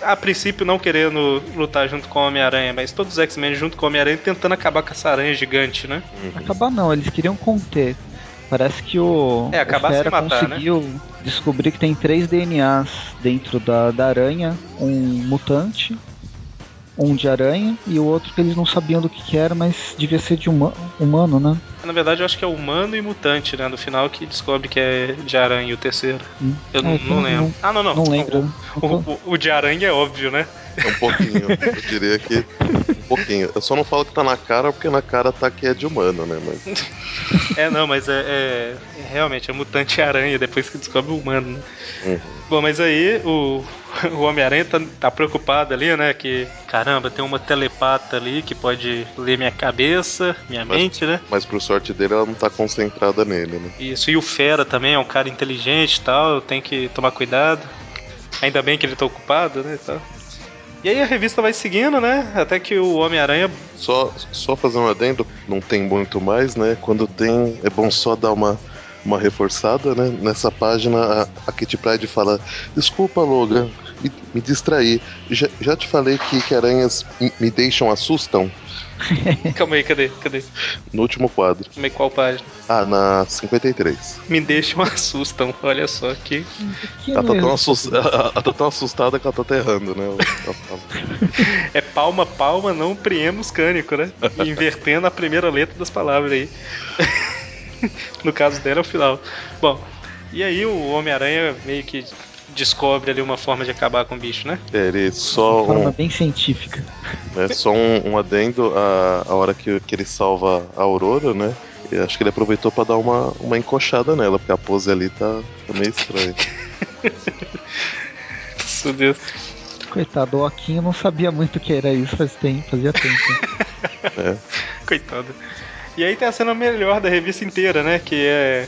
Speaker 1: a princípio não querendo lutar junto com o Homem-Aranha, mas todos os X-Men junto com o Homem-Aranha tentando acabar com essa aranha gigante, né?
Speaker 2: Acabar não, eles queriam conter. Parece que o
Speaker 1: acabar
Speaker 2: Fera
Speaker 1: sem matar,
Speaker 2: conseguiu descobrir que tem 3 DNAs dentro da aranha, um mutante, um de aranha e o outro que eles não sabiam do que era, mas devia ser de humano, né?
Speaker 1: Na verdade, eu acho que é humano e mutante, né? No final que descobre que é de aranha o terceiro. Eu não lembro.
Speaker 2: Não.
Speaker 1: Não.
Speaker 2: Não lembro.
Speaker 1: O de aranha é óbvio, né?
Speaker 3: É um pouquinho, eu diria que um pouquinho. Eu só não falo que tá na cara, porque na cara tá que é de humano, né? Mas...
Speaker 1: mas realmente é mutante e aranha depois que descobre o humano, né? Bom, mas aí o Homem-Aranha tá preocupado ali, né? Que, caramba, tem uma telepata ali que pode ler minha cabeça, minha mente, né?
Speaker 3: Mas por sorte dele, ela não tá concentrada nele, né?
Speaker 1: Isso, e o Fera também é um cara inteligente e tal, tem que tomar cuidado. Ainda bem que ele tá ocupado, né, e tal. E aí a revista vai seguindo, né? Até que o Homem-Aranha...
Speaker 3: Só fazer um adendo, não tem muito mais, né? Quando tem, é bom só dar uma reforçada, né? Nessa página, a Kitty Pryde fala: desculpa, Logan, me distraí. Já te falei que aranhas me deixam, assustam?
Speaker 1: Calma aí, cadê?
Speaker 3: No último quadro.
Speaker 1: Qual página?
Speaker 3: Na 53.
Speaker 1: Me deixam, assustam, olha só aqui.
Speaker 3: Ela tá tão assustada que ela tá até errando, né?
Speaker 1: É palma, não priemos cânico, né? E invertendo a primeira letra das palavras aí. No caso dela é o final. Bom, e aí o Homem-Aranha meio que descobre ali uma forma de acabar com o bicho, né?
Speaker 3: Ele só
Speaker 2: de forma bem científica.
Speaker 3: É só um adendo a hora que ele salva a Aurora, né? Eu acho que ele aproveitou pra dar uma encoxada nela, porque a pose ali tá meio estranha.
Speaker 1: Meu Deus.
Speaker 2: Coitado, o Oquinho não sabia muito o que era isso fazia tempo.
Speaker 3: É.
Speaker 1: Coitado. E aí tem a cena melhor da revista inteira, né? Que é...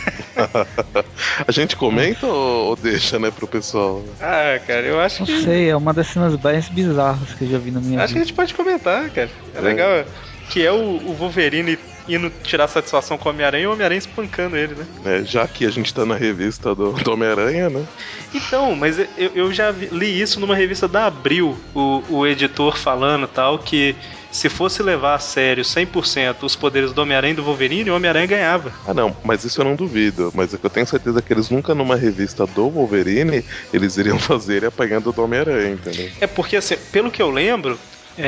Speaker 3: A gente comenta ou deixa, né, pro pessoal?
Speaker 1: Ah, cara, eu acho
Speaker 2: Não
Speaker 1: que...
Speaker 2: sei, é uma das cenas mais bizarras que eu já vi na minha
Speaker 1: Acho que a
Speaker 2: vida.
Speaker 1: gente pode comentar, cara. É legal. Que é o Wolverine indo tirar satisfação com o Homem-Aranha e o Homem-Aranha espancando ele, né?
Speaker 3: Já que a gente tá na revista do Homem-Aranha, né?
Speaker 1: Então, mas eu já li isso numa revista da Abril, o editor falando tal, que se fosse levar a sério 100% os poderes do Homem-Aranha e do Wolverine, o Homem-Aranha ganhava.
Speaker 3: Ah, não, mas isso eu não duvido. Mas é que eu tenho certeza que eles nunca numa revista do Wolverine, eles iriam fazer ele apanhando do Homem-Aranha, entendeu?
Speaker 1: É porque, assim, pelo que eu lembro,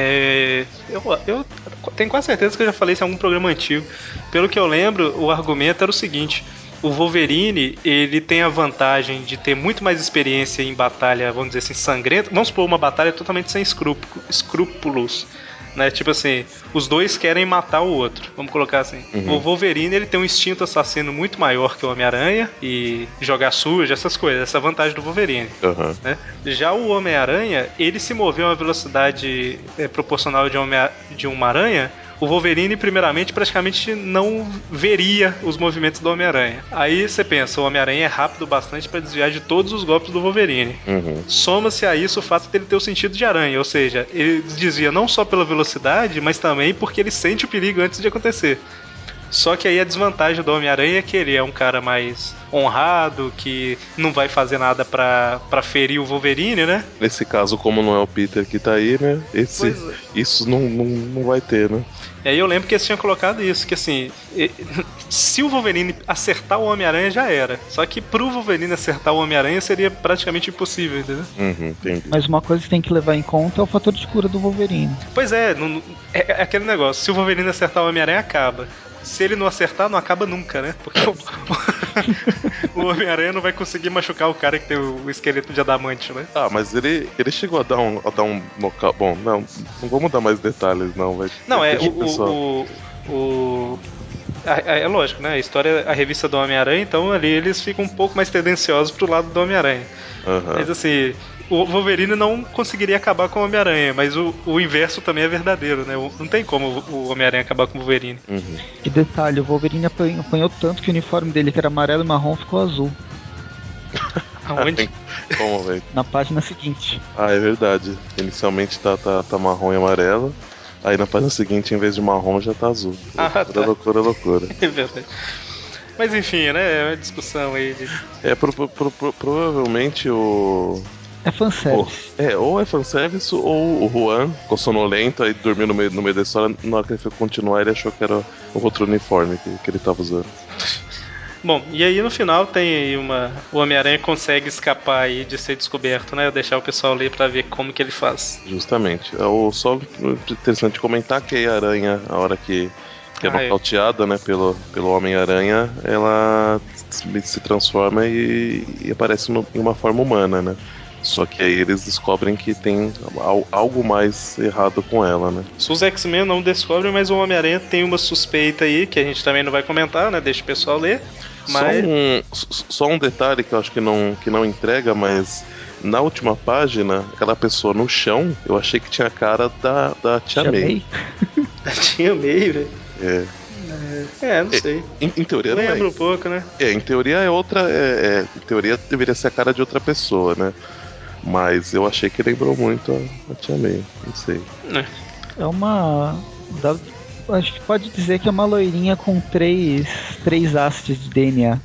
Speaker 1: eu tenho quase certeza que eu já falei isso em algum programa antigo. Pelo que eu lembro, o argumento era o seguinte: o Wolverine, ele tem a vantagem de ter muito mais experiência em batalha, vamos dizer assim, sangrenta. Vamos supor uma batalha totalmente sem escrúpulos, né? Tipo assim, os dois querem matar o outro, vamos colocar assim. O Wolverine, ele tem um instinto assassino muito maior que o Homem-Aranha e jogar sujo, essas coisas, essa é a vantagem do Wolverine. Né? Já o Homem-Aranha, ele se moveu a uma velocidade proporcional de uma aranha. O Wolverine, primeiramente, praticamente não veria os movimentos do Homem-Aranha. Aí você pensa, o Homem-Aranha é rápido bastante para desviar de todos os golpes do Wolverine. Soma-se a isso o fato dele ter o sentido de aranha, ou seja, ele desvia não só pela velocidade, mas também porque ele sente o perigo antes de acontecer. Só que aí a desvantagem do Homem-Aranha é que ele é um cara mais honrado, que não vai fazer nada pra ferir o Wolverine, né?
Speaker 3: Nesse caso, como não é o Peter que tá aí, né? Isso não vai ter, né?
Speaker 1: E aí eu lembro que eles tinham colocado isso, que assim, se o Wolverine acertar o Homem-Aranha já era. Só que pro Wolverine acertar o Homem-Aranha seria praticamente impossível, entendeu?
Speaker 3: Entendi.
Speaker 2: Mas uma coisa que tem que levar em conta é o fator de cura do Wolverine.
Speaker 1: Pois é, é aquele negócio, se o Wolverine acertar o Homem-Aranha, acaba. Se ele não acertar, não acaba nunca, né? Porque o Homem-Aranha não vai conseguir machucar o cara que tem o esqueleto de adamante, né?
Speaker 3: Ah, mas ele chegou a dar um nocaute. Bom, não vamos dar mais detalhes, não.
Speaker 1: Não, é lógico, né? A história, a revista do Homem-Aranha, então ali eles ficam um pouco mais tendenciosos pro lado do Homem-Aranha. Mas assim, o Wolverine não conseguiria acabar com o Homem-Aranha, mas o inverso também é verdadeiro, né? Não tem como o Homem-Aranha acabar com o Wolverine.
Speaker 2: E detalhe, o Wolverine apanhou tanto que o uniforme dele, que era amarelo e marrom, ficou azul.
Speaker 1: Aonde?
Speaker 3: Como, velho?
Speaker 2: Na página seguinte.
Speaker 3: Ah, é verdade. Inicialmente tá marrom e amarelo. Aí na página seguinte, em vez de marrom, já tá azul. Loucura.
Speaker 1: É verdade. Mas enfim, né? É uma discussão aí de...
Speaker 3: Provavelmente o
Speaker 2: É fanservice.
Speaker 3: Ou é fanservice, ou o Juan ficou sonolento, aí dormiu no meio da história. Na hora que ele foi continuar, ele achou que era o outro uniforme que ele tava usando.
Speaker 1: Bom, e aí no final tem aí o Homem-Aranha consegue escapar aí de ser descoberto, né? Deixar o pessoal ler pra ver como que ele faz.
Speaker 3: Justamente. Só interessante comentar que a aranha, a hora que é nocauteada, né, pelo Homem-Aranha, ela se transforma e aparece em uma forma humana, né? Só que aí eles descobrem que tem algo mais errado com ela, né?
Speaker 1: Os X-Men não descobrem, mas o Homem-Aranha tem uma suspeita aí, que a gente também não vai comentar, né? Deixa o pessoal ler. Mas...
Speaker 3: Só um detalhe que eu acho que não entrega, mas na última página, aquela pessoa no chão, eu achei que tinha a cara da Tia May.
Speaker 1: Da Tia May, velho? Não sei.
Speaker 3: Em teoria não é.
Speaker 1: Lembra um pouco, né?
Speaker 3: Em teoria é outra. Em teoria deveria ser a cara de outra pessoa, né? Mas eu achei que lembrou muito a Tia May. Não sei.
Speaker 2: É uma. Acho que pode dizer que é uma loirinha com três hastes de DNA.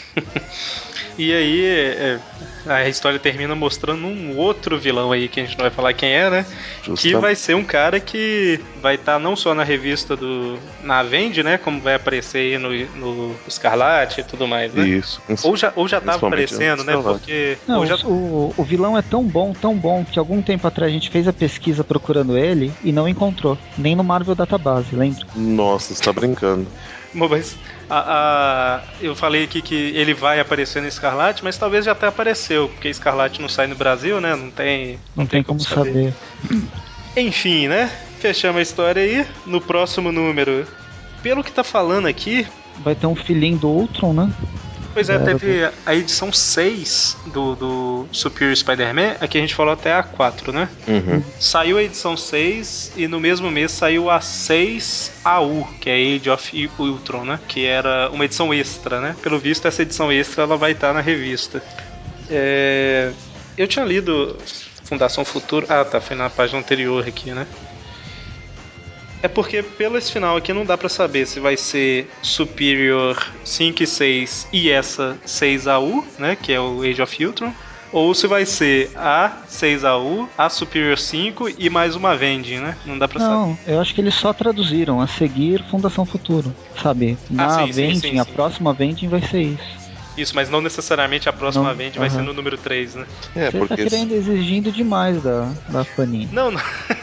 Speaker 1: E aí, a história termina mostrando um outro vilão aí, que a gente não vai falar quem é, né? Que vai ser um cara que vai estar não só na revista na Avenge, né? Como vai aparecer aí no Escarlate e tudo mais, né?
Speaker 3: Isso.
Speaker 1: Ou já tava aparecendo, né? Porque...
Speaker 2: Não, o vilão é tão bom, que algum tempo atrás a gente fez a pesquisa procurando ele e não encontrou. Nem no Marvel Database, lembra?
Speaker 3: Nossa, você tá brincando.
Speaker 1: Mas eu falei aqui que ele vai aparecer no Escarlate, mas talvez já até apareceu, porque Escarlate não sai no Brasil, né? Não tem como saber. Enfim, né? Fechamos a história aí. No próximo número, pelo que tá falando aqui...
Speaker 2: Vai ter um filhinho do Ultron, né?
Speaker 1: Pois é, teve a edição 6 do Superior Spider-Man. Aqui a gente falou até a 4, né?
Speaker 3: Uhum.
Speaker 1: Saiu a edição 6 e no mesmo mês saiu a 6AU, que é Age of Ultron, né? Que era uma edição extra, né? Pelo visto, essa edição extra ela vai estar na revista. Eu tinha lido Fundação Futuro... Ah, tá, foi na página anterior aqui, né? É porque pelo esse final aqui não dá pra saber se vai ser Superior 5 e 6 e essa 6AU, né, que é o Age of Ultron, ou se vai ser a 6AU, a Superior 5 e mais uma Avenging, né? Não dá pra saber.
Speaker 2: Não, eu acho que eles só traduziram a seguir Fundação Futuro, sabe? Na Avenging, a próxima Avenging vai ser isso.
Speaker 1: Isso, mas não necessariamente a próxima Avenging vai ser no número 3, né?
Speaker 2: Você tá exigindo demais da Panini.
Speaker 1: Não.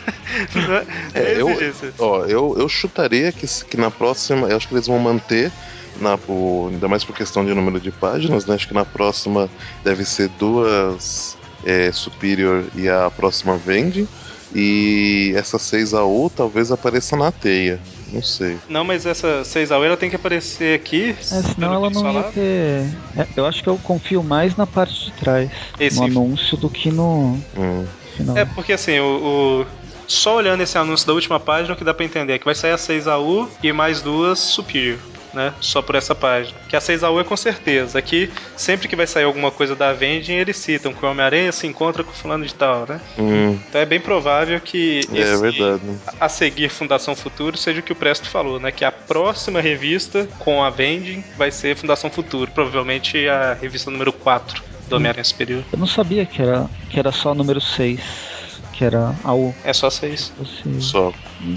Speaker 3: Eu chutaria que na próxima, eu acho que eles vão manter, ainda mais por questão de número de páginas, né? Acho que na próxima deve ser 2 Superior e a próxima Vende. E essa 6AU talvez apareça na teia. Não sei.
Speaker 1: Não, mas essa 6AU ela tem que aparecer aqui.
Speaker 2: Senão ela não ia ter. Eu acho que eu confio mais na parte de trás, no anúncio, do que no final.
Speaker 1: Porque assim, só olhando esse anúncio da última página, o que dá pra entender é que vai sair a 6AU e mais 2 Superior, né? Só por essa página. Que a 6AU é com certeza. Aqui, sempre que vai sair alguma coisa da Avenging, eles citam que o Homem-Aranha se encontra com o fulano de tal, né? Então é bem provável que a seguir Fundação Futuro seja o que o Presto falou, né? Que a próxima revista com a Avenging vai ser Fundação Futuro. Provavelmente a revista número 4 do Homem-Aranha Superior.
Speaker 2: Eu não sabia que era só número 6. Que era a U.
Speaker 1: É só 6.
Speaker 3: Só.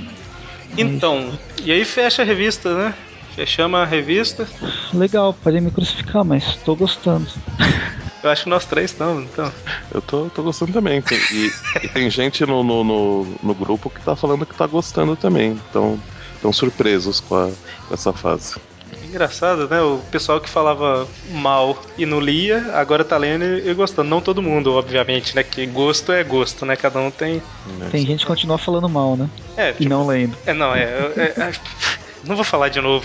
Speaker 1: Então, e aí fecha a revista, né? Fechamos a revista.
Speaker 2: Legal, pode me crucificar, mas tô gostando.
Speaker 3: Eu acho que nós três estamos, então. Eu tô gostando também. E tem gente no grupo que tá falando que tá gostando também. Então, estão surpresos com essa fase.
Speaker 1: Engraçado, né? O pessoal que falava mal e não lia, agora tá lendo e gostando. Não todo mundo, obviamente, né? Que gosto é gosto, né? Cada um tem...
Speaker 2: Tem gente que continua falando mal, né? E não lendo.
Speaker 1: Não vou falar de novo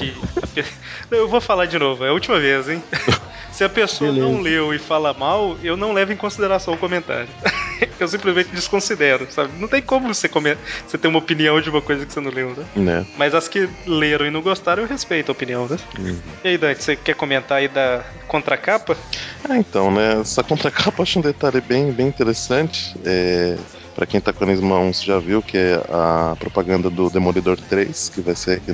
Speaker 1: eu vou falar de novo, é a última vez, hein? Se a pessoa não leu e fala mal, eu não levo em consideração o comentário. Eu simplesmente desconsidero, sabe? Não tem como você ter uma opinião de uma coisa que você não leu, né? Mas as que leram e não gostaram, eu respeito a opinião, né? E aí, Dante, você quer comentar aí da contracapa?
Speaker 3: Então, né? Essa contracapa eu acho um detalhe bem, bem interessante. Pra quem tá com as mãos já viu que é a propaganda do Demolidor 3, que vai ser aqui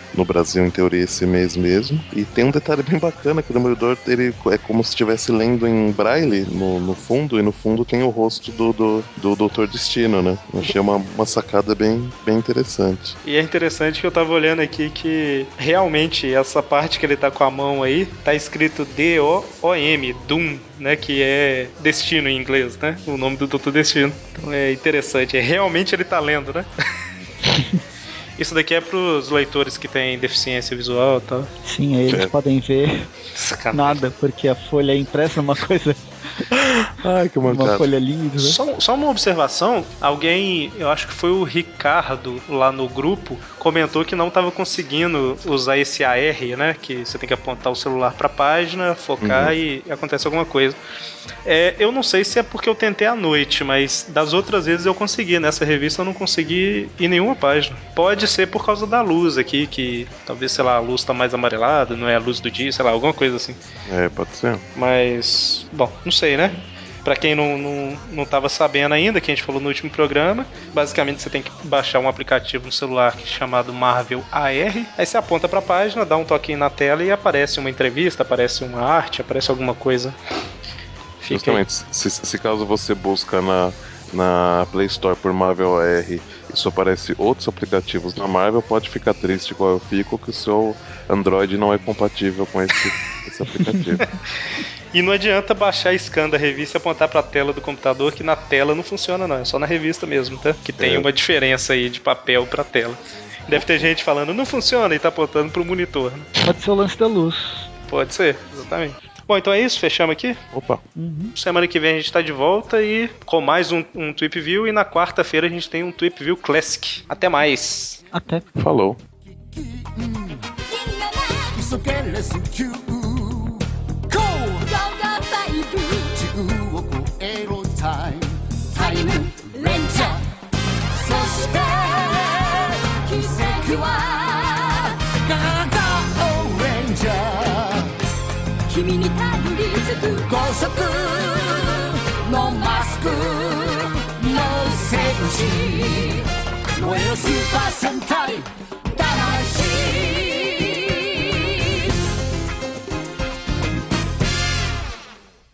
Speaker 3: no Brasil, em teoria, esse mês mesmo. E tem um detalhe bem bacana, que o Demolidor, ele é como se estivesse lendo em braille no fundo, e no fundo tem o rosto do Doutor Destino, né? Eu achei uma sacada bem interessante.
Speaker 1: E é interessante que eu tava olhando aqui que realmente essa parte que ele tá com a mão aí, tá escrito D-O-O-M, Doom, né? Que é destino em inglês, né? O nome do Doutor Destino. Então é interessante, realmente ele tá lendo, né? Isso daqui é pros leitores que têm deficiência visual e tal.
Speaker 2: Sim, aí eles podem ver nada, porque a folha é impressa numa coisa...
Speaker 3: Ai, que mancada.
Speaker 2: Uma folha lisa.
Speaker 1: Só uma observação, alguém, eu acho que foi o Ricardo lá no grupo, comentou que não estava conseguindo usar esse AR, né? Que você tem que apontar o celular para a página, focar e acontece alguma coisa. Eu não sei se é porque eu tentei à noite, mas das outras vezes eu consegui. Nessa revista eu não consegui em nenhuma página. Pode ser por causa da luz aqui, que talvez, sei lá, a luz tá mais amarelada, não é a luz do dia, sei lá, alguma coisa assim.
Speaker 3: Pode ser.
Speaker 1: Mas, bom, não sei, né? Pra quem não tava sabendo ainda, que a gente falou no último programa, basicamente você tem que baixar um aplicativo no celular chamado Marvel AR, aí você aponta pra página, dá um toquinho na tela e aparece uma entrevista, aparece uma arte, aparece alguma coisa.
Speaker 3: Justamente, se caso você busca na Play Store por Marvel AR e só aparece outros aplicativos na Marvel, pode ficar triste igual eu fico, que o seu Android não é compatível com esse aplicativo.
Speaker 1: E não adianta baixar a scan da revista e apontar pra tela do computador, que na tela não funciona não, é só na revista mesmo, tá? Que tem uma diferença aí de papel pra tela. Deve ter gente falando, não funciona, e tá apontando pro monitor, né?
Speaker 2: Pode ser o lance da luz.
Speaker 1: Pode ser, exatamente. Bom, então é isso, fechamos aqui?
Speaker 3: Opa.
Speaker 1: Semana que vem a gente tá de volta e com mais um Tweep View, e na quarta-feira a gente tem um Tweep View Classic. Até mais.
Speaker 2: Até.
Speaker 3: Falou.
Speaker 4: 急げレスキュー GO! 時空を超えろタイムタイムレンジャーそして奇跡はガーレンジャー君にたどり着く高速のマスクの戦士燃えろスーパー戦隊